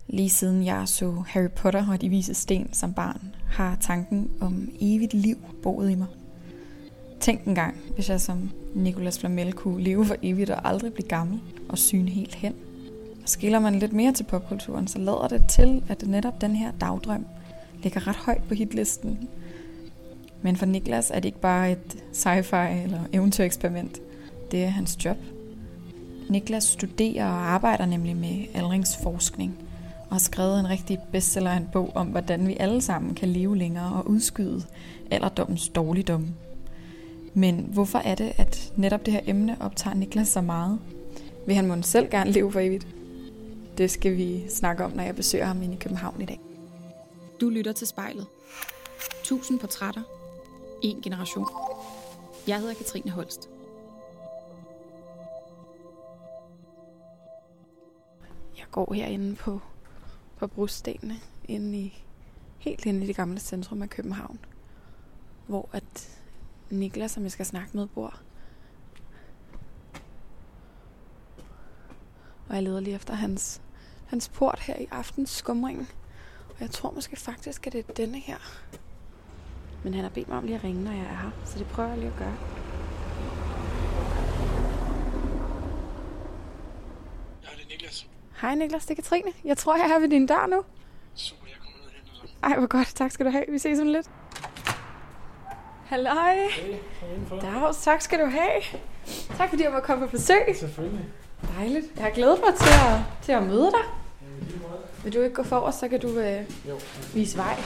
Lige siden jeg så Harry Potter og De Vises Sten som barn, har tanken om evigt liv boet i mig. Tænk engang, hvis jeg som Nicolas Flamel kunne leve for evigt og aldrig blive gammel og syne helt hen. Og skiller man lidt mere til popkulturen, så lader det til, at netop den her dagdrøm ligger ret højt på hitlisten. Men for Niklas er det ikke bare et sci-fi eller eventyreksperiment. Det er hans job. Niklas studerer og arbejder nemlig med aldringsforskning og har skrevet en rigtig bestseller af en bog om, hvordan vi alle sammen kan leve længere og udskyde alderdommens dårligdomme. Men hvorfor er det, at netop det her emne optager Niklas så meget? Vil han måske selv gerne leve for evigt? Det skal vi snakke om, når jeg besøger ham inde i København i dag. Du lytter til Spejlet. 1000 portrætter. En generation. Jeg hedder Katrine Holst. Jeg går herinde på brostenene, helt inde i det gamle centrum af København, hvor at Niklas, som jeg skal snakke med, bor. Og jeg leder lige efter hans port her i aftens skumringen. Og jeg tror måske faktisk, at det er denne her. Men han har bedt mig om lige at ringe, når jeg er her. Så det prøver jeg lige at gøre. Ja, det er Niklas. Hej Niklas, det er Katrine. Jeg tror, jeg er her ved din dør nu. Super, jeg kommer ned og henter dig. Ej, hvor godt. Tak skal du have. Vi ses om lidt. Halløj. Hey, kom indenfor. Dags, tak skal du have. Tak fordi jeg var kommet på besøg. Selvfølgelig. Dejligt. Jeg har glædet mig til at møde dig. Vil du ikke gå forrest, så kan du vise vej.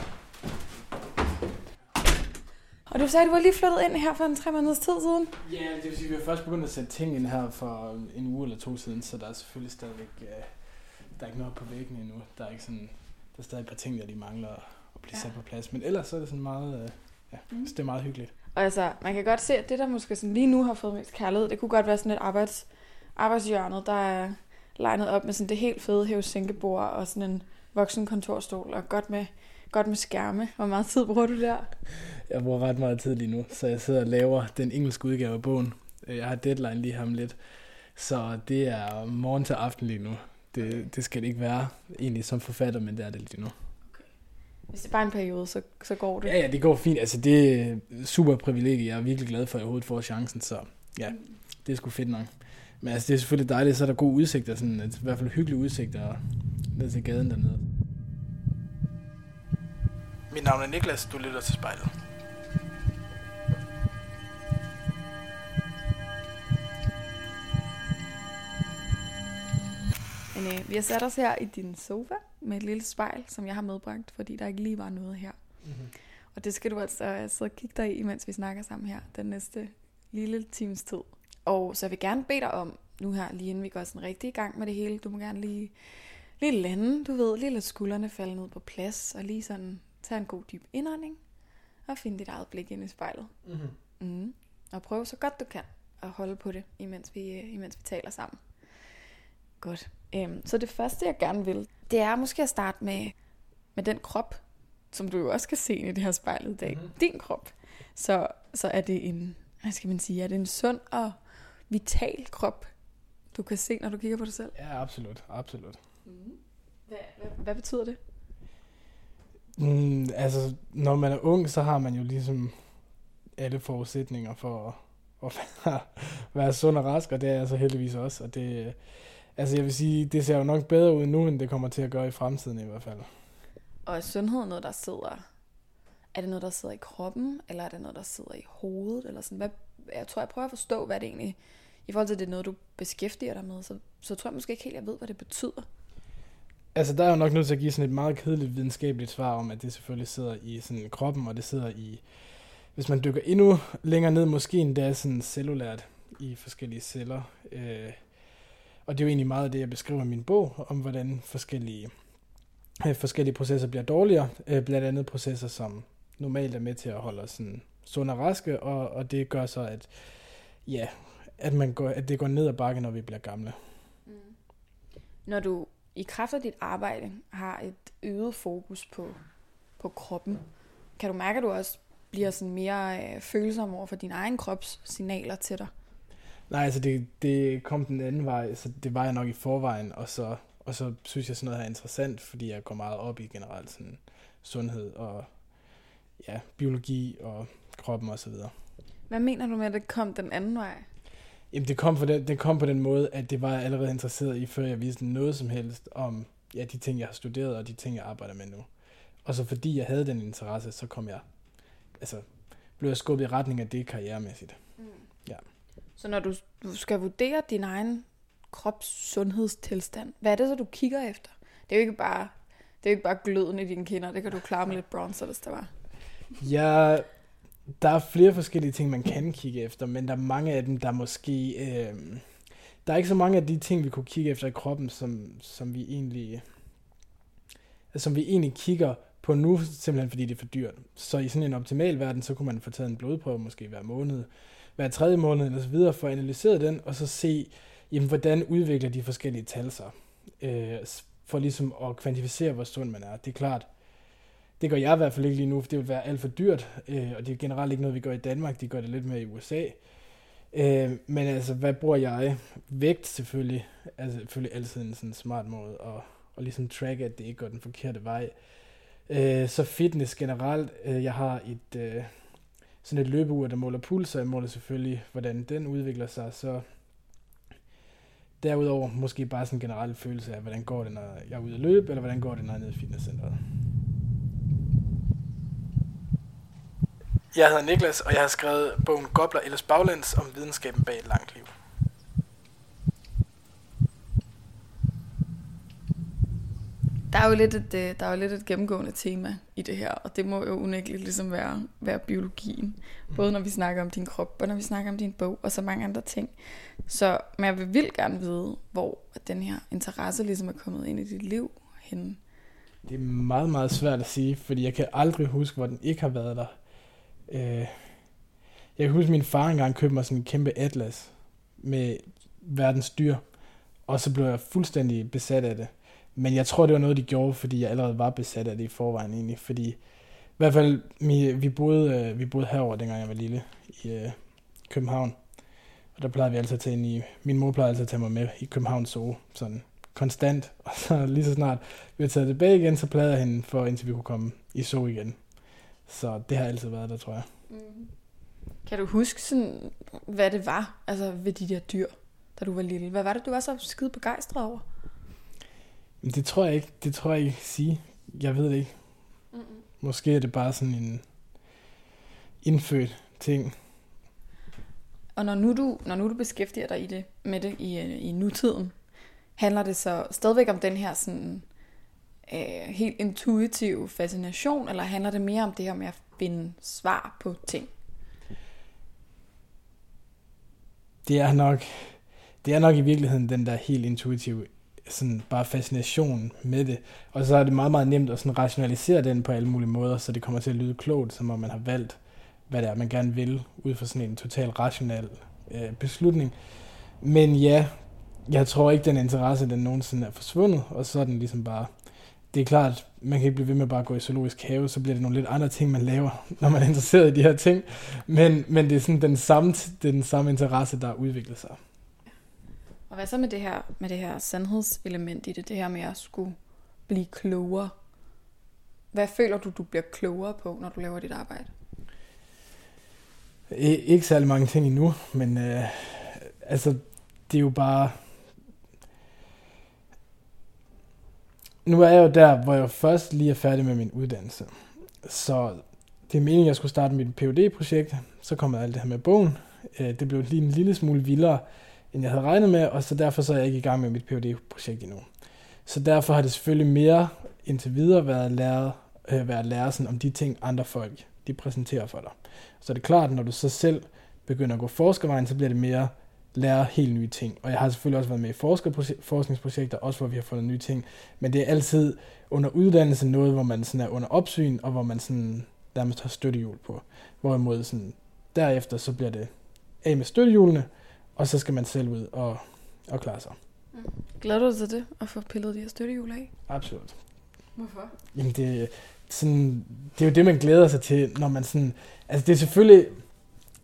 Og du sagde, at du var lige flyttet ind her for en 3 måneders tid siden. Ja, det vil sige, at vi har først begyndt at sætte ting ind her for en uge eller 2 siden, så der er selvfølgelig stadigvæk, der er ikke noget på væggen endnu. Der er stadig et par ting, der lige mangler at blive sat på plads. Men ellers så er det sådan meget, så det er meget hyggeligt. Og altså, man kan godt se, at det der måske sådan lige nu har fået mest kærlighed, det kunne godt være sådan et arbejdshjørnet, der er legnet op med sådan det helt fede hæve-sænkebord og sådan en voksenkontorstol og godt med skærme. Hvor meget tid bruger du der? Jeg bruger ret meget tid lige nu, så jeg sidder og laver den engelske udgave af bogen. Jeg har deadline lige om lidt, så det er morgen til aften lige nu. Det skal det ikke være egentlig som forfatter, men det er det lige nu. Okay. Hvis det er bare en periode, så går det? Ja, det går fint. Altså, det er super privilegie. Jeg er virkelig glad for, at jeg overhovedet får chancen, så ja, det er sgu fedt nok. Men altså, det er selvfølgelig dejligt, så er der gode udsigter, sådan, i hvert fald hyggelige udsigter ned til gaden dernede. Mit navn er Niklas, du lytter til Spejlet. Men vi har sat os her i din sofa med et lille spejl, som jeg har medbragt, fordi der ikke lige var noget her. Mm-hmm. Og det skal du altså sidde og kigge dig i, mens vi snakker sammen her den næste lille times tid. Og så jeg vil gerne bede dig om, nu her lige inden vi går sådan rigtig i gang med det hele, du må gerne lige lande, du ved, lige lade skuldrene falde ned på plads, og lige sådan tage en god dyb indånding, og finde dit eget blik ind i spejlet. Mm-hmm. Og prøv så godt du kan at holde på det, imens vi taler sammen. Godt. Så det første, jeg gerne vil, det er måske at starte med den krop, som du jo også kan se ind i det her spejlet i dag. Mm-hmm. Din krop. Så er det hvad skal man sige, er det en sund og vital krop, du kan se, når du kigger på dig selv? Ja, absolut. Mm-hmm. Hvad betyder det? Altså, når man er ung, så har man jo ligesom alle forudsætninger for at være sund og rask, og det er jeg så heldigvis også. Og det, altså jeg vil sige, det ser jo nok bedre ud nu, end det kommer til at gøre i fremtiden i hvert fald. Og er sundhed noget, der sidder... Er det noget, der sidder i kroppen, eller er det noget, der sidder i hovedet? Eller sådan? Jeg tror, jeg prøver at forstå, hvad det egentlig... I forhold til, at det er noget, du beskæftiger dig med, så tror jeg måske ikke helt, jeg ved, hvad det betyder. Altså, der er jo nok nødt til at give sådan et meget kedeligt videnskabeligt svar om, at det selvfølgelig sidder i sådan kroppen, og det sidder i... Hvis man dykker endnu længere ned, måske endda sådan cellulært i forskellige celler. Og det er jo egentlig meget af det, jeg beskriver i min bog, om hvordan forskellige processer bliver dårligere. Blandt andet processer, som normalt er med til at holde os sådan sunde og raske, og det gør så, at, ja, at det går ned ad bakke, når vi bliver gamle. Mm. Når du i kraft af dit arbejde har et øget fokus på kroppen, kan du mærke, at du også bliver sådan mere følsom over for din egen krops signaler til dig? Nej, altså det kom den anden vej, så det var jeg nok i forvejen, og så Og så synes jeg sådan noget her er interessant, fordi jeg går meget op i generelt sådan sundhed og biologi og kroppen og så videre. Hvad mener du med, at det kom den anden vej? Jamen det kom på den måde, at det var jeg allerede interesseret i, før jeg vidste noget som helst om de ting, jeg har studeret og de ting, jeg arbejder med nu. Og så fordi jeg havde den interesse, så blev jeg skubbet i retning af det karrieremæssigt. Ja. Så når du skal vurdere din egen kropssundhedstilstand, hvad er det så, du kigger efter? Det er jo ikke bare gløden i dine kinder, det kan du klare med lidt bronzer, hvis der var. Ja, der er flere forskellige ting, man kan kigge efter, men der er mange af dem, der måske... der er ikke så mange af de ting, vi kunne kigge efter i kroppen, som vi egentlig kigger på nu, simpelthen fordi det er for dyrt. Så i sådan en optimal verden, så kunne man få taget en blodprøve, måske hver måned, hver 3. måned, eller så videre, for at analysere den, og så se, jamen, hvordan udvikler de forskellige tal sig, for ligesom at kvantificere, hvor sund man er. Det er klart, det gør jeg i hvert fald ikke lige nu, for det vil være alt for dyrt, og det er generelt ikke noget, vi gør i Danmark, de gør det lidt mere i USA. Men altså, hvad bruger jeg? Vægt selvfølgelig, altså selvfølgelig altid en sådan smart måde, og ligesom tracke, at det ikke går den forkerte vej. Så fitness generelt, jeg har sådan et løbeur, der måler puls, og jeg måler selvfølgelig, hvordan den udvikler sig, så derudover måske bare sådan en generel følelse af, hvordan går det, når jeg er ude at løbe, eller hvordan går det, når jeg er nede i fitnesscenteret. Jeg hedder Niklas, og jeg har skrevet bogen Gobler ellers baglæns om videnskaben bag et langt liv. Der er jo lidt et gennemgående tema i det her, og det må jo unægteligt ligesom være biologien. Både når vi snakker om din krop, og når vi snakker om din bog, og så mange andre ting. Men jeg vil vildt gerne vide, hvor den her interesse ligesom er kommet ind i dit liv henne. Det er meget, meget svært at sige, fordi jeg kan aldrig huske, hvor den ikke har været der. Jeg kan huske, at min far engang købte mig sådan en kæmpe atlas med verdens dyr, og så blev jeg fuldstændig besat af det. Men jeg tror, det var noget, de gjorde, fordi jeg allerede var besat af det i forvejen egentlig. Fordi i hvert fald, vi boede herover, dengang jeg var lille, i København. Og der plejede vi altid at tage min mor plejede altid at tage mig med i Københavns Zoo, sådan konstant. Og så lige så snart vi havde taget tilbage igen, så plejede jeg hende for, indtil vi kunne komme i zoo igen. Så det har altid været der, tror jeg. Mm. Kan du huske sådan, hvad det var, altså ved de der dyr, da du var lille? Hvad var det, du var så skide begejstret over? Det tror jeg ikke. Det tror jeg ikke sige. Jeg ved det ikke. Mm-mm. Måske er det bare sådan en indfødt ting. Og når nu du beskæftiger dig med det i nutiden, handler det så stadigvæk om den her sådan helt intuitive fascination, eller handler det mere om det her med at finde svar på ting? Det er nok i virkeligheden den der helt intuitive sådan bare fascination med det. Og så er det meget, meget nemt at sådan rationalisere den på alle mulige måder, så det kommer til at lyde klogt, som om man har valgt, hvad det er, man gerne vil, ud fra sådan en total rationel beslutning. Men ja, jeg tror ikke, den interesse, den nogensinde er forsvundet, og så er den ligesom bare... Det er klart, man kan ikke blive ved med bare at gå i zoologisk have, så bliver det nogle lidt andre ting, man laver, når man er interesseret i de her ting. Men det er sådan den samme interesse, der udvikler sig. Og hvad så med det her sandhedselement i det her med at skulle blive klogere? Hvad føler du bliver klogere på, når du laver dit arbejde? Ikke særlig mange ting endnu, men det er jo bare... Nu er jeg jo der, hvor jeg først lige er færdig med min uddannelse. Så det er meningen, at jeg skulle starte mit PhD-projekt. Så kom alt det her med bogen. Det blev lige en lille smule vildere, end jeg havde regnet med, og så derfor så er jeg ikke i gang med mit PhD-projekt endnu. Så derfor har det selvfølgelig mere indtil videre været at lære sådan om de ting, andre folk de præsenterer for dig. Så det er klart, når du så selv begynder at gå forskervejen, så bliver det mere lære helt nye ting. Og jeg har selvfølgelig også været med i forskningsprojekter, også hvor vi har fundet nye ting. Men det er altid under uddannelse noget, hvor man sådan er under opsyn, og hvor man sådan nærmest har støttehjul på. Hvorimod sådan, derefter så bliver det af med støttehjulene, og så skal man selv ud og klare sig. Glæder du dig til det, at få pillet de her støttehjul af? Absolut. Hvorfor? Jamen det er jo det, man glæder sig til, når man sådan... Altså det er selvfølgelig...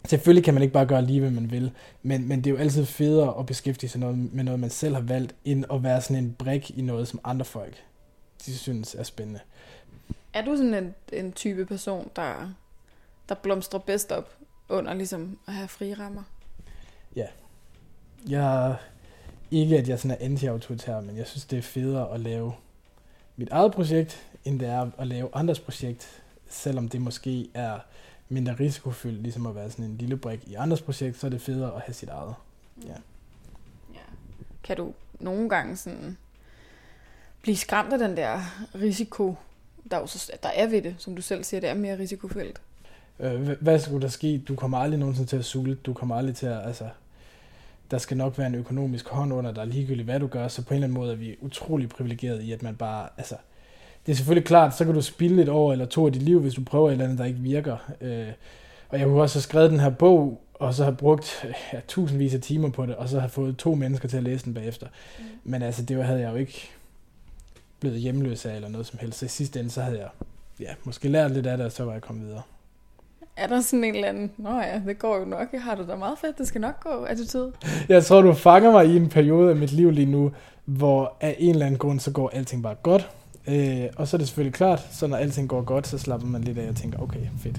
Selvfølgelig kan man ikke bare gøre lige, hvad man vil, men det er jo altid federe at beskæftige sig med noget, man selv har valgt, end at være sådan en brik i noget, som andre folk, de synes er spændende. Er du sådan en type person, der blomstrer bedst op under ligesom at have frie rammer? Ja. Jeg ikke, at jeg sådan er anti-autoritær, men jeg synes, det er federe at lave mit eget projekt, end det er at lave andres projekt, selvom det måske er mindre risikofyldt, ligesom at være sådan en lille brik i andres projekt, så er det federe at have sit eget. Ja. Ja. Kan du nogle gange sådan blive skræmt af den der risiko, der er ved det, som du selv siger, det er mere risikofyldt? Hvad skulle der ske? Du kommer aldrig nogensinde til at sulte, du kommer aldrig til at, der skal nok være en økonomisk hånd under dig, ligegyldigt hvad du gør, så på en eller anden måde er vi utrolig privilegeret i, at man bare, det er selvfølgelig klart, så kan du spilde et år eller to af dit liv, hvis du prøver et eller andet, der ikke virker. Og jeg kunne også have skrevet den her bog, og så have brugt tusindvis af timer på det, og så have fået 2 mennesker til at læse den bagefter. Men det havde jeg jo ikke blevet hjemløs af eller noget som helst. Så i sidste ende, så havde jeg måske lært lidt af det, og så var jeg kommet videre. Er der sådan en eller anden, det går jo nok, har du da meget fedt, det skal nok gå, attitude? Jeg tror, du fanger mig i en periode af mit liv lige nu, hvor af en eller anden grund, så går alting bare godt. Og så er det selvfølgelig klart, så når alting går godt, så slapper man lidt af og tænker, okay, fedt.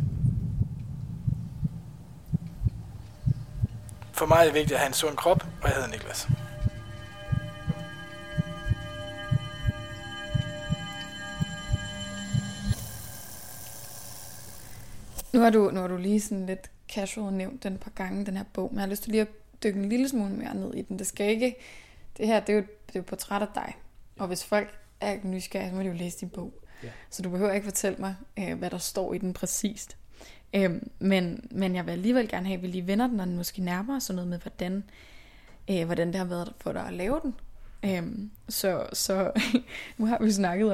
For mig er det vigtigt at have en sund krop, og jeg hedder Niklas. Nu har du lige sådan lidt casual nævnt den par gange, den her bog, men jeg har lyst til lige at dykke en lille smule mere ned i den. Det her, det er jo portræt af dig, og hvis folk er nysgerrige, så må de jo læse din bog. Ja. Så du behøver ikke fortælle mig, hvad der står i den præcist. Men jeg vil alligevel gerne have, at vi lige vender den, og den måske nærmere sådan noget med, hvordan det har været for dig at lave den. Så nu har vi snakket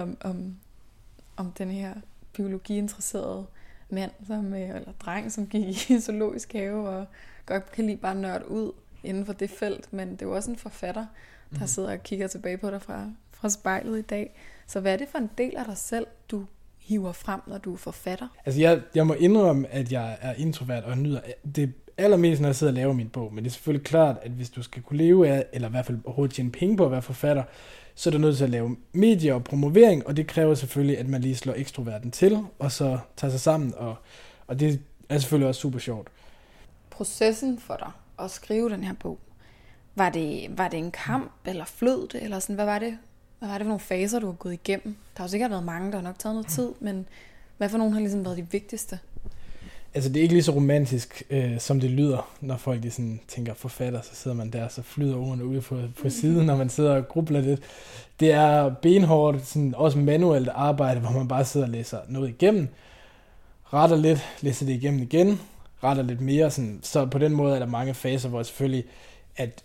om den her biologiinteresserede mand, eller dreng, som gik i zoologisk have, og godt kan lide bare nørde ud inden for det felt, men det er jo også en forfatter, der sidder og kigger tilbage på dig fra spejlet i dag. Så hvad er det for en del af dig selv, du hiver frem, når du er forfatter? Jeg må indrømme, at jeg er introvert og nyder det allermest, når jeg sidder og laver min bog. Men det er selvfølgelig klart, at hvis du skal kunne leve af, eller i hvert fald overhovedet tjene penge på at være forfatter, så er du nødt til at lave medier og promovering, og det kræver selvfølgelig, at man lige slår ekstroverten til, og så tager sig sammen, og det er selvfølgelig også super sjovt. Processen for dig at skrive den her bog, var det en kamp, eller flød det, eller sådan, hvad var det for nogle faser, du har gået igennem? Der har jo sikkert været mange, der har nok taget noget tid, men hvad for nogle har ligesom været de vigtigste? Det er ikke lige så romantisk, som det lyder, når folk de sådan tænker forfatter, så sidder man der, så flyder ordene ude på siden, når man sidder og grubler lidt. Det er benhårdt, sådan også manuelt arbejde, hvor man bare sidder og læser noget igennem, retter lidt, læser det igennem igen, retter lidt mere, sådan, så på den måde er der mange faser, hvor selvfølgelig, at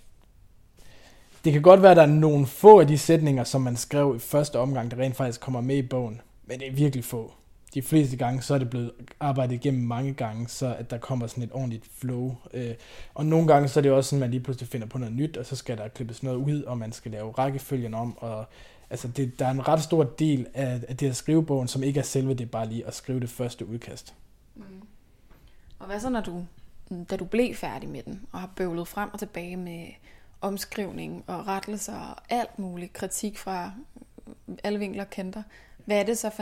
det kan godt være, at der er nogle få af de sætninger, som man skrev i første omgang, der rent faktisk kommer med i bogen, men det er virkelig få. De fleste gange, så er det blevet arbejdet igennem mange gange, så at der kommer sådan et ordentligt flow. Og nogle gange, så er det også sådan, at man lige pludselig finder på noget nyt, og så skal der klippes noget ud, og man skal lave rækkefølgen om. Og, der er en ret stor del af det at skrive bogen, som ikke er selve det, bare lige at skrive det første udkast. Mm. Og hvad så, da du blev færdig med den, og har bøvlet frem og tilbage med omskrivning og rettelser og alt muligt kritik fra alle vinkler og kanter, hvad er det så for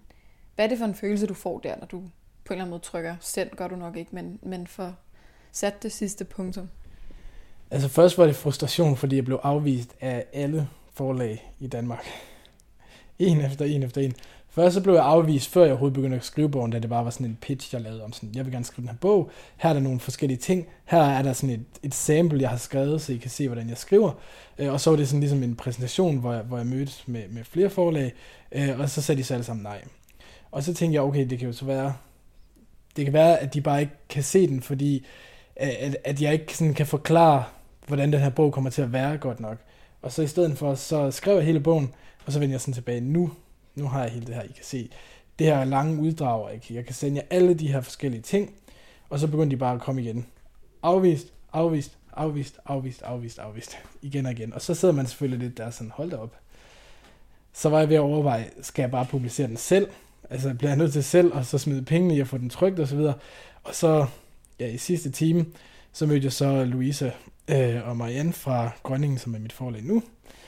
en følelse, du får der, når du på en eller anden måde trykker send, gør du nok ikke, men for sat det sidste punktum? Først var det frustration, fordi jeg blev afvist af alle forlag i Danmark. En efter en. Først så blev jeg afvist, før jeg overhovedet begyndte at skrive bogen, da det bare var sådan en pitch, jeg lavede om sådan, jeg vil gerne skrive den her bog, her er der nogle forskellige ting, her er der sådan et sample, jeg har skrevet, så I kan se, hvordan jeg skriver, og så var det sådan ligesom en præsentation, hvor jeg mødtes med flere forlag, og så sagde de så alle sammen nej. Og så tænkte jeg, okay, det kan jo så være, at de bare ikke kan se den, fordi at jeg ikke sådan kan forklare, hvordan den her bog kommer til at være godt nok. Og så i stedet for, så skrev jeg hele bogen, og så vendte jeg sådan tilbage, nu har jeg hele det her, I kan se. Det her lange uddrag, jeg kan sende jer alle de her forskellige ting, og så begyndte de bare at komme igen. Afvist, igen og igen. Og så sidder man selvfølgelig lidt der sådan, hold da op. Så var jeg ved at overveje, skal jeg bare publicere den selv? Bliver jeg nødt til selv, og så smide pengene i at få den trykt og så videre. Og så i sidste time, så mødte jeg så Louisa og Marianne fra Grønningen, som er mit forlag nu.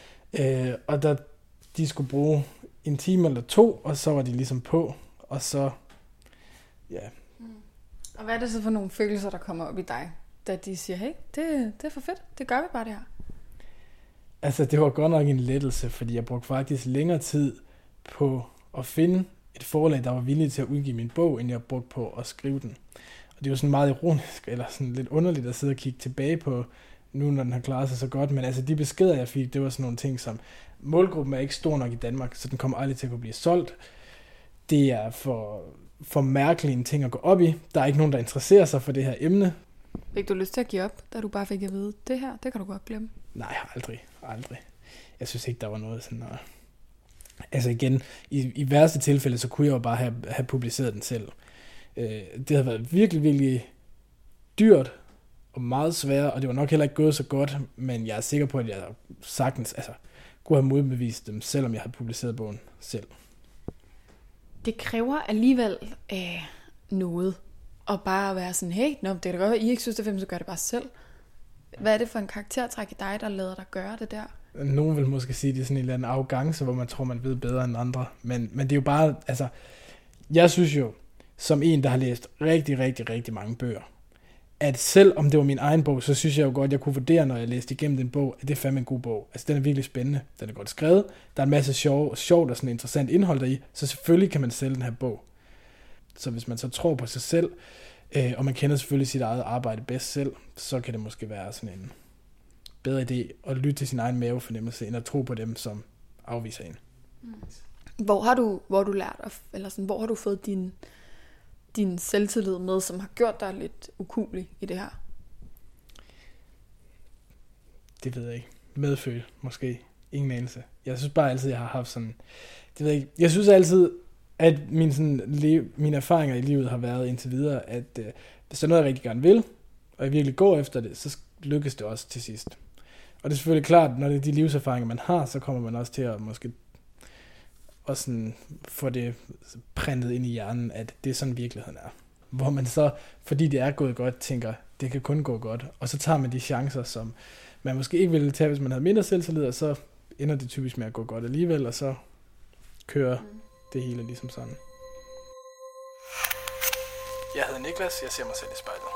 Og de skulle bruge en time eller 2, og så var de ligesom på, og så, ja. Og hvad er det så for nogle følelser, der kommer op i dig, da de siger, hey, det er for fedt, det gør vi bare det her? Altså, det var godt nok en lettelse, fordi jeg brugte faktisk længere tid på at finde et forlag, der var villige til at udgive min bog, end jeg brugte på at skrive den. Og det er jo sådan meget ironisk, eller sådan lidt underligt at sidde og kigge tilbage på, nu når den har klaret sig så godt, men altså de beskeder, jeg fik, det var sådan nogle ting som, målgruppen er ikke stor nok i Danmark, så den kommer aldrig til at kunne blive solgt. Det er for mærkelige en ting at gå op i. Der er ikke nogen, der interesserer sig for det her emne. Fik du lyst til at give op, da du bare fik at vide, det her, det kan du godt glemme? Nej, aldrig. Jeg synes ikke, der var noget sådan noget. Altså igen, i værste tilfælde, så kunne jeg jo bare have publiceret den selv. Det havde været virkelig, virkelig dyrt og meget svært, og det var nok heller ikke gået så godt, men jeg er sikker på, at jeg sagtens kunne have modbevist dem, selvom jeg havde publiceret bogen selv. Det kræver alligevel noget, og bare være sådan, hey, det kan da godt være, I ikke synes, det er fedt, så gør det bare selv. Hvad er det for en karaktertræk i dig, der lader dig gøre det der? Nogen vil måske sige, at det er sådan en eller anden arrogance, hvor man tror, man ved bedre end andre. Men det er jo bare, altså, jeg synes jo, som en, der har læst rigtig, rigtig, rigtig mange bøger, at selv om det var min egen bog, så synes jeg jo godt, at jeg kunne vurdere, når jeg læste igennem den bog, at det er fandme en god bog. Altså, den er virkelig spændende. Den er godt skrevet. Der er en masse sjovt og sådan interessant indhold deri, så selvfølgelig kan man sælge den her bog. Så hvis man så tror på sig selv, og man kender selvfølgelig sit eget arbejde bedst selv, så kan det måske være sådan en bedre idé at lytte til sin egen mavefornemmelse, end at tro på dem, som afviser en. Hvor har du fået din selvtillid med, som har gjort dig lidt ukuelig i det her? Det ved jeg ikke. Medfødt, måske. Ingen anelse. Jeg synes bare altid, jeg har haft sådan... Det ved jeg ikke. Jeg synes altid, at mine erfaringer i livet har været indtil videre, at hvis der er noget, jeg rigtig gerne vil, og jeg virkelig går efter det, så lykkes det også til sidst. Og det er selvfølgelig klart, når det er de livserfaringer, man har, så kommer man også til at måske også sådan få det printet ind i hjernen, at det er sådan virkeligheden er. Hvor man så, fordi det er gået godt, tænker, det kan kun gå godt. Og så tager man de chancer, som man måske ikke ville tage, hvis man havde mindre selvtillid, og så ender det typisk med at gå godt alligevel, og så kører det hele ligesom sådan. Jeg hedder Niklas, jeg ser mig selv i spejlet.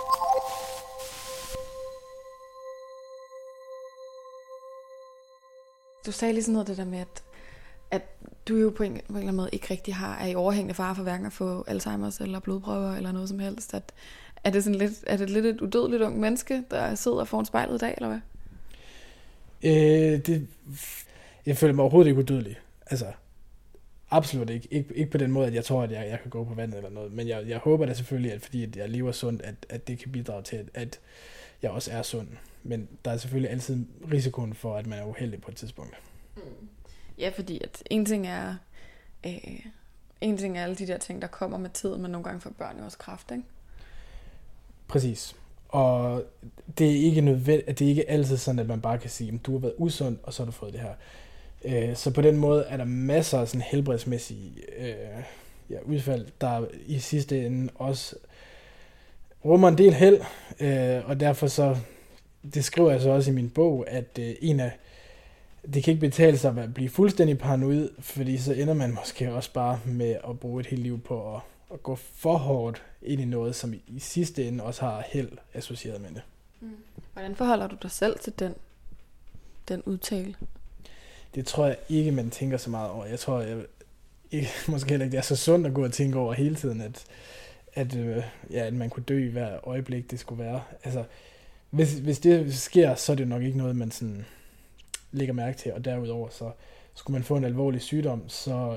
Du sagde lige sådan noget det der med, at du jo på en eller anden måde ikke rigtig er i overhængende fare for hverken at få Alzheimer's eller blodprøver eller noget som helst. Er det lidt et udødeligt ung menneske, der sidder foran spejlet i dag, eller hvad? Jeg føler mig overhovedet ikke udødelig. Altså, absolut ikke. Ikke på den måde, at jeg tror, at jeg kan gå på vandet eller noget. Men jeg håber da selvfølgelig, at fordi at jeg lever sundt, at det kan bidrage til, at jeg også er sund. Men der er selvfølgelig altid risikoen for, at man er uheldig på et tidspunkt. Ja, fordi at en ting er alle de der ting, der kommer med tid, men nogle gange får børn jo også kræft, ikke? Præcis. Og det er ikke nødvendigt, det er ikke altid sådan, at man bare kan sige, at du har været usund, og så har du fået det her. Så på den måde er der masser af sådan helbredsmæssige udfald, der i sidste ende også rummer en del held, og derfor så, det skriver jeg så også i min bog, at det kan ikke betale sig at blive fuldstændig paranoid, fordi så ender man måske også bare med at bruge et helt liv på at gå for hårdt ind i noget, som i sidste ende også har held associeret med det. Hvordan forholder du dig selv til den udtale? Det tror jeg ikke, man tænker så meget over. Jeg tror måske heller ikke, det er så sundt at gå og tænke over hele tiden, at man kunne dø i hver øjeblik, det skulle være. Altså, hvis det sker, så er det nok ikke noget, man sådan lægger mærke til, og derudover så skulle man få en alvorlig sygdom, så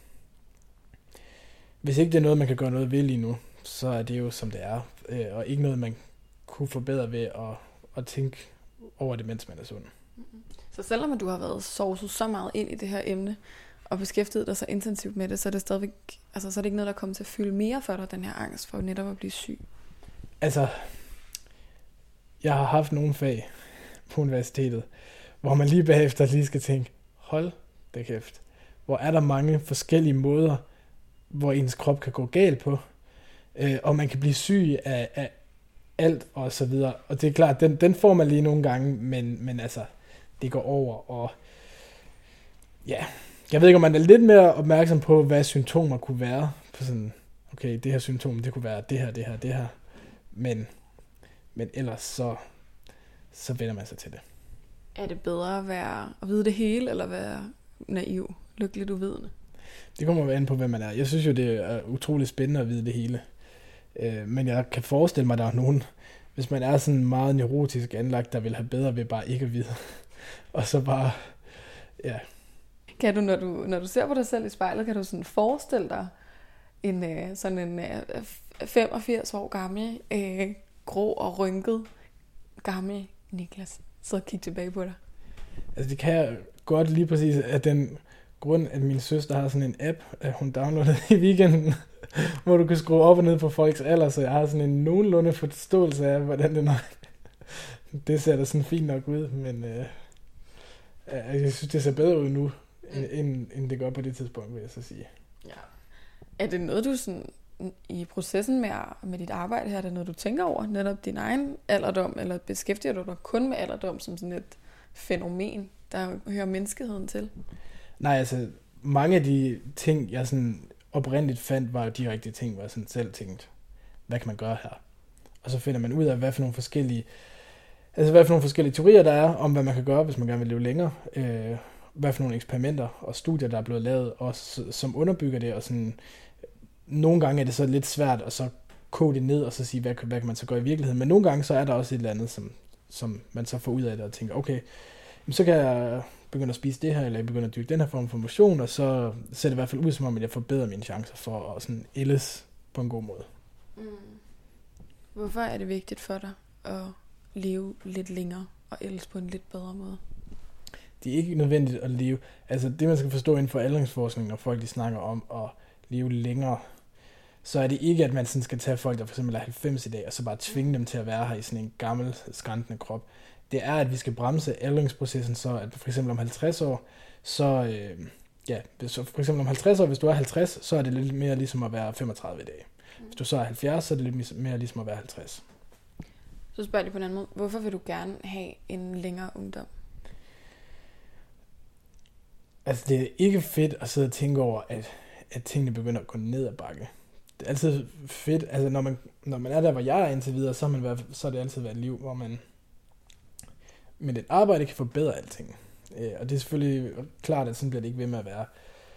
hvis ikke det er noget, man kan gøre noget ved lige nu, så er det jo som det er, og ikke noget, man kunne forbedre ved at tænke over det, mens man er sund. Så selvom du har været sovset så meget ind i det her emne, og beskæftiget dig så intensivt med det, så er det stadigvæk, altså så er det ikke noget, der kommer til at fylde mere for dig, den her angst for netop at blive syg? Altså, jeg har haft nogle fag på universitetet, hvor man lige bagefter lige skal tænke, hold da kæft, hvor er der mange forskellige måder, hvor ens krop kan gå galt på, og man kan blive syg af alt og så videre. Og det er klart, den får man lige nogle gange, men altså, det går over, og ja, jeg ved ikke, om man er lidt mere opmærksom på, hvad symptomer kunne være, på sådan, okay, det her symptom, det kunne være det her, men ellers så vender man sig til det. Er det bedre at vide det hele, eller være naiv, lykkeligt uvidende? Det kommer jo an på, hvem man er. Jeg synes jo, det er utroligt spændende at vide det hele. Men jeg kan forestille mig, at der er nogen, hvis man er sådan meget neurotisk anlagt, der vil have bedre ved bare ikke at vide. Og så bare, ja. Kan du, når du ser på dig selv i spejlet, kan du sådan forestille dig en 85 år gammel, grå og rynket gammel Niklas sidde og kigge tilbage på dig? Altså det kan jeg godt lige præcis af den grund, at min søster har sådan en app, at hun downloadede i weekenden, hvor du kan skrue op og ned på folks alder, så jeg har sådan en nogenlunde forståelse af, hvordan det nok. Det ser da sådan fint nok ud, men jeg synes, det ser bedre ud nu, end det gør på det tidspunkt, vil jeg så sige. Ja. Er det noget, du sådan, i processen med dit arbejde her, er det noget, du tænker over, netop din egen alderdom, eller beskæftiger du dig kun med alderdom som sådan et fænomen, der hører menneskeheden til? Nej, altså, mange af de ting, jeg sådan oprindeligt fandt, var jo de rigtige ting, hvor jeg sådan selv tænkte, hvad kan man gøre her? Og så finder man ud af, hvad for nogle forskellige teorier der er, om hvad man kan gøre, hvis man gerne vil leve længere. Hvad for nogle eksperimenter og studier, der er blevet lavet, og som underbygger det, og sådan, nogle gange er det så lidt svært at så kode det ned, og så sige, hvad kan man så gøre i virkeligheden. Men nogle gange, så er der også et eller andet, som man så får ud af det, og tænker, okay, så kan jeg begynde at spise det her, eller jeg begynder at dyrke den her form for motion, og så ser det i hvert fald ud som om, at jeg forbedrer mine chancer for at sådan ældes på en god måde. Hvorfor er det vigtigt for dig at leve lidt længere og ældes på en lidt bedre måde? Det er ikke nødvendigt at leve. Altså det, man skal forstå inden for aldringsforskning, når folk de snakker om at leve længere, så er det ikke, at man sådan skal tage folk, der for eksempel er 90 i dag, og så bare tvinge dem til at være her i sådan en gammel, skrantende krop. Det er, at vi skal bremse aldringsprocessen, så at for eksempel om 50 år, så for eksempel om 50 år, hvis du er 50, så er det lidt mere ligesom at være 35 i dag. Hvis du så er 70, så er det lidt mere ligesom at være 50. Så spørger jeg lige på en anden måde. Hvorfor vil du gerne have en længere ungdom? Altså, det er ikke fedt at sidde og tænke over, at tingene begynder at gå ned ad bakke. Det er altid fedt, altså når man er der, hvor jeg er indtil videre, så har det altid været et liv, hvor man med et arbejde kan forbedre alting. Og det er selvfølgelig klart, at sådan bliver det ikke ved med at være.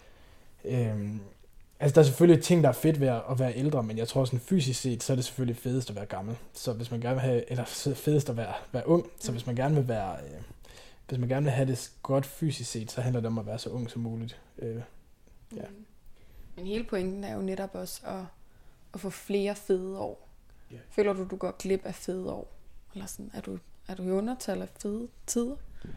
Altså, der er selvfølgelig ting, der er fedt ved at være ældre, men jeg tror sådan fysisk set, så er det selvfølgelig fedest at være gammel. Så hvis man gerne vil have, eller fedest at være ung, så hvis man gerne vil være, hvis man gerne vil have det godt fysisk set, så handler det om at være så ung som muligt. Ja. Men hele pointen er jo netop også at få flere fede år. Yeah. Føler du går glip af fede år? Eller sådan, er du i undertal af fede tider?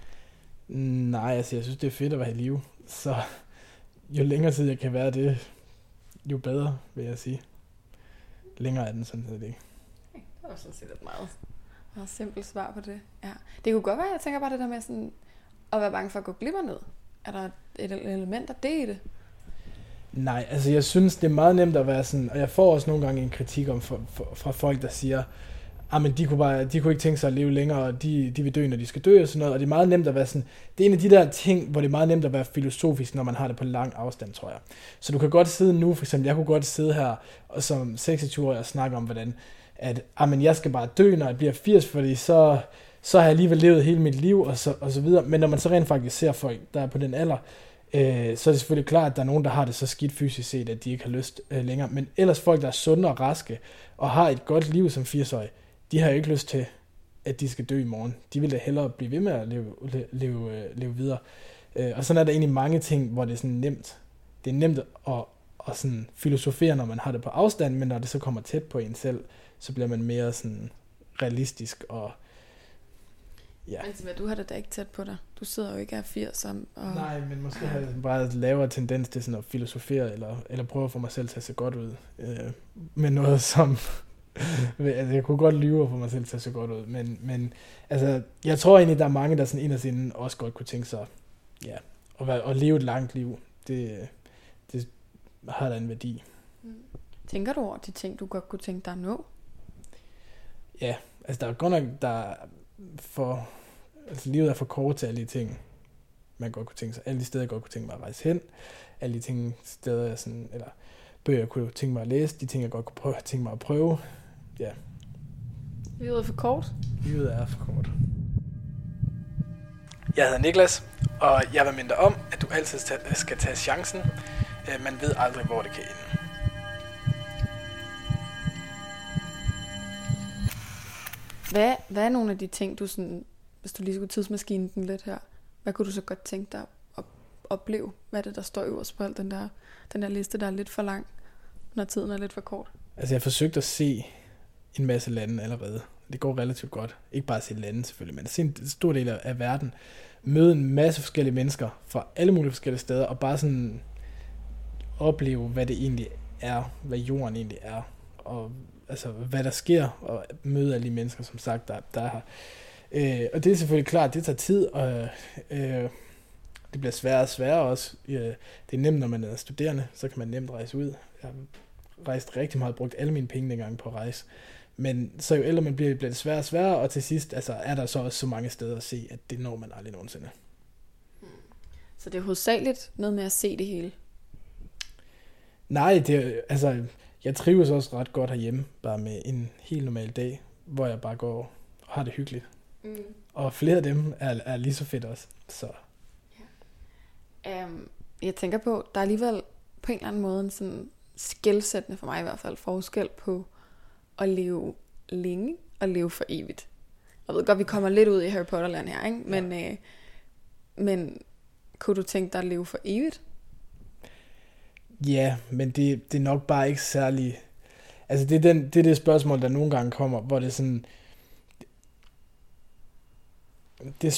Nej, altså jeg synes, det er fedt at være i live. Så jo længere tid jeg kan være det, jo bedre, vil jeg sige. Længere er den sådan set ikke. Det var sådan set et meget simpelt svar på det. Ja. Det kunne godt være, jeg tænker bare det der med sådan, at være bange for at gå glip af noget. Er der et element af det i det? Nej, altså jeg synes, det er meget nemt at være sådan, og jeg får også nogle gange en kritik fra folk, der siger, men de kunne ikke tænke sig at leve længere, og de vil dø, når de skal dø og sådan noget, og det er meget nemt at være sådan, det er en af de der ting, hvor det er meget nemt at være filosofisk, når man har det på lang afstand, tror jeg. Så du kan godt sidde nu, for eksempel, jeg kunne godt sidde her, og som 26-årig og snakke om, hvordan, at jeg skal bare dø, når jeg bliver 80, fordi så har jeg alligevel levet hele mit liv, og så videre, men når man så rent faktisk ser folk, der er på den alder, så er det selvfølgelig klart, at der er nogen, der har det så skidt fysisk set, at de ikke har lyst længere, men ellers folk, der er sunde og raske, og har et godt liv som 80-årige, de har jo ikke lyst til, at de skal dø i morgen. De vil da hellere blive ved med at leve videre. Og sådan er der egentlig mange ting, hvor det er sådan nemt. Det er nemt at sådan filosofere, når man har det på afstand, men når det så kommer tæt på en selv, så bliver man mere sådan realistisk og ja. Men du har det da ikke tæt på dig. Du sidder jo ikke af 80 og... Nej, men måske har jeg bare en lavere tendens til sådan at filosofere, eller prøve at få mig selv til at se godt ud. Med noget som... altså, jeg kunne godt lyve for mig selv til at se godt ud, men altså, jeg tror egentlig, der er mange, der sådan inderst inden også godt kunne tænke sig, ja, at leve et langt liv. Det har da en værdi. Tænker du over de ting, du godt kunne tænke dig at nå? ja, altså der er godt nok, livet er for kort til alle de ting, man godt kunne tænke sig. Alle de steder, jeg godt kunne tænke mig at rejse hen. Alle de steder, jeg sådan, eller bøger, jeg kunne tænke mig at læse. De ting, jeg godt kunne tænke mig at prøve. Ja. Livet er for kort? Livet er for kort. Jeg hedder Niklas, og jeg vil minde dig om, at du altid skal tage chancen. Man ved aldrig, hvor det kan ende. Hvad er nogle af de ting, du sådan, hvis du lige skulle tidsmaskine den lidt her, hvad kunne du så godt tænke dig at opleve? Hvad er det, der står øverst på den der liste, der er lidt for lang, når tiden er lidt for kort? Altså, jeg har forsøgt at se en masse lande allerede. Det går relativt godt. Ikke bare at se lande selvfølgelig, men at se en stor del af verden. Møde en masse forskellige mennesker fra alle mulige forskellige steder, og bare sådan opleve, hvad det egentlig er, hvad jorden egentlig er, og altså, hvad der sker, og møde alle de mennesker, som sagt, der er her. Og det er selvfølgelig klart, det tager tid, og det bliver sværere og sværere også. Det er nemt, når man er studerende, så kan man nemt rejse ud. Jeg har rejst rigtig meget, brugt alle mine penge dengang på at rejse. Men så jo ældre man bliver det sværere og sværere, og til sidst altså, er der så også så mange steder at se, at det når man aldrig nogensinde. Så det er hovedsageligt noget med at se det hele? Nej, jeg trives også ret godt herhjemme, bare med en helt normal dag, hvor jeg bare går og har det hyggeligt. Og flere af dem er lige så fedt også. Så. Ja. Jeg tænker på, der er alligevel på en eller anden måde en sådan skelsættende for mig i hvert fald forskel på at leve længe og leve for evigt. Jeg ved godt, vi kommer lidt ud i Harry Potter-land her, ikke? Ja. Men kunne du tænke dig at leve for evigt? Ja, men det er nok bare ikke særlig. Altså det er det spørgsmål, der nogle gange kommer, hvor det er sådan. Det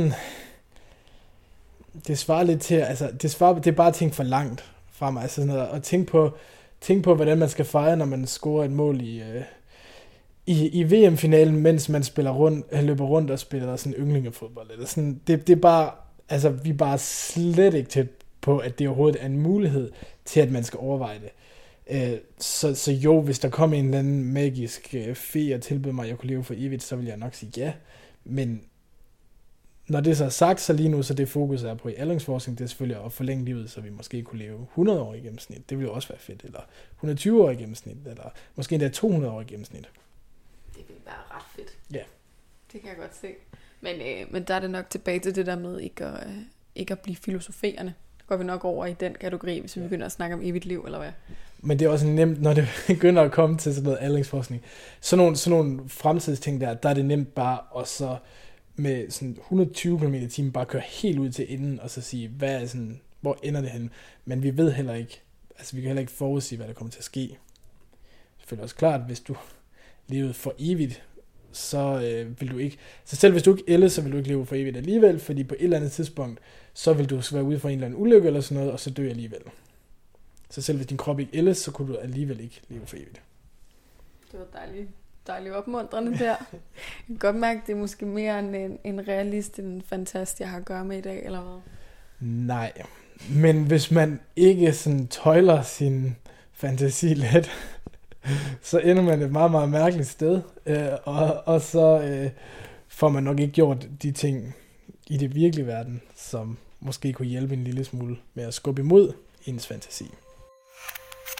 svarer lidt til, altså det er bare at tænke for langt fra mig, altså sådan noget, og tænk på, hvordan man skal fejre, når man scorer et mål i VM-finalen, mens man løber rundt og spiller sådan yndlingefodbold. Eller sådan, det er bare, altså vi er bare slet ikke tæt på, at det overhovedet er en mulighed til, at man skal overveje det. Så jo, hvis der kom en eller anden magisk fe og tilbød mig, at jeg kunne leve for evigt, så vil jeg nok sige ja. Men når det så er sagt, så lige nu, så det fokus er på i aldringsforskning, det er selvfølgelig at forlænge livet, så vi måske kunne leve 100 år i gennemsnit. Det ville jo også være fedt. Eller 120 år i gennemsnit, eller måske endda 200 år i gennemsnit. Det ville være ret fedt. Ja. Det kan jeg godt se. Men der er det nok tilbage til det der med ikke at blive filosoferende. Så går vi nok over i den kategori, hvis vi begynder at snakke om evigt liv, eller hvad? Men det er også nemt, når det begynder at komme til sådan noget aldringsforskning. Sådan nogle fremtidsting der er det nemt bare at så med sådan 120 km i timen bare køre helt ud til enden, og så sige, hvad er sådan, hvor ender det henne? Men vi ved heller ikke, altså vi kan heller ikke forudsige, hvad der kommer til at ske. Selvfølgelig også klart, hvis du levede for evigt, så vil du ikke, så selv hvis du ikke ældes, så vil du ikke leve for evigt alligevel, fordi på et eller andet tidspunkt, så vil du være ude for en eller anden ulykke eller sådan noget, og så dø alligevel. Så selv hvis din krop ikke ældes, så kunne du alligevel ikke leve for evigt. Det var dejligt opmuntrende der. Jeg kan godt mærke, at det er måske mere en realist end en fantast, jeg har at gøre med i dag, eller hvad? Nej, men hvis man ikke sådan tøjler sin fantasi lidt, så ender man et meget, meget mærkeligt sted, og så får man nok ikke gjort de ting i det virkelige verden, som måske kunne hjælpe en lille smule med at skubbe imod ens fantasi.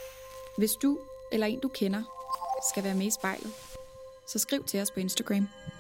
Hvis du eller en du kender skal være med i spejlet, så skriv til os på Instagram.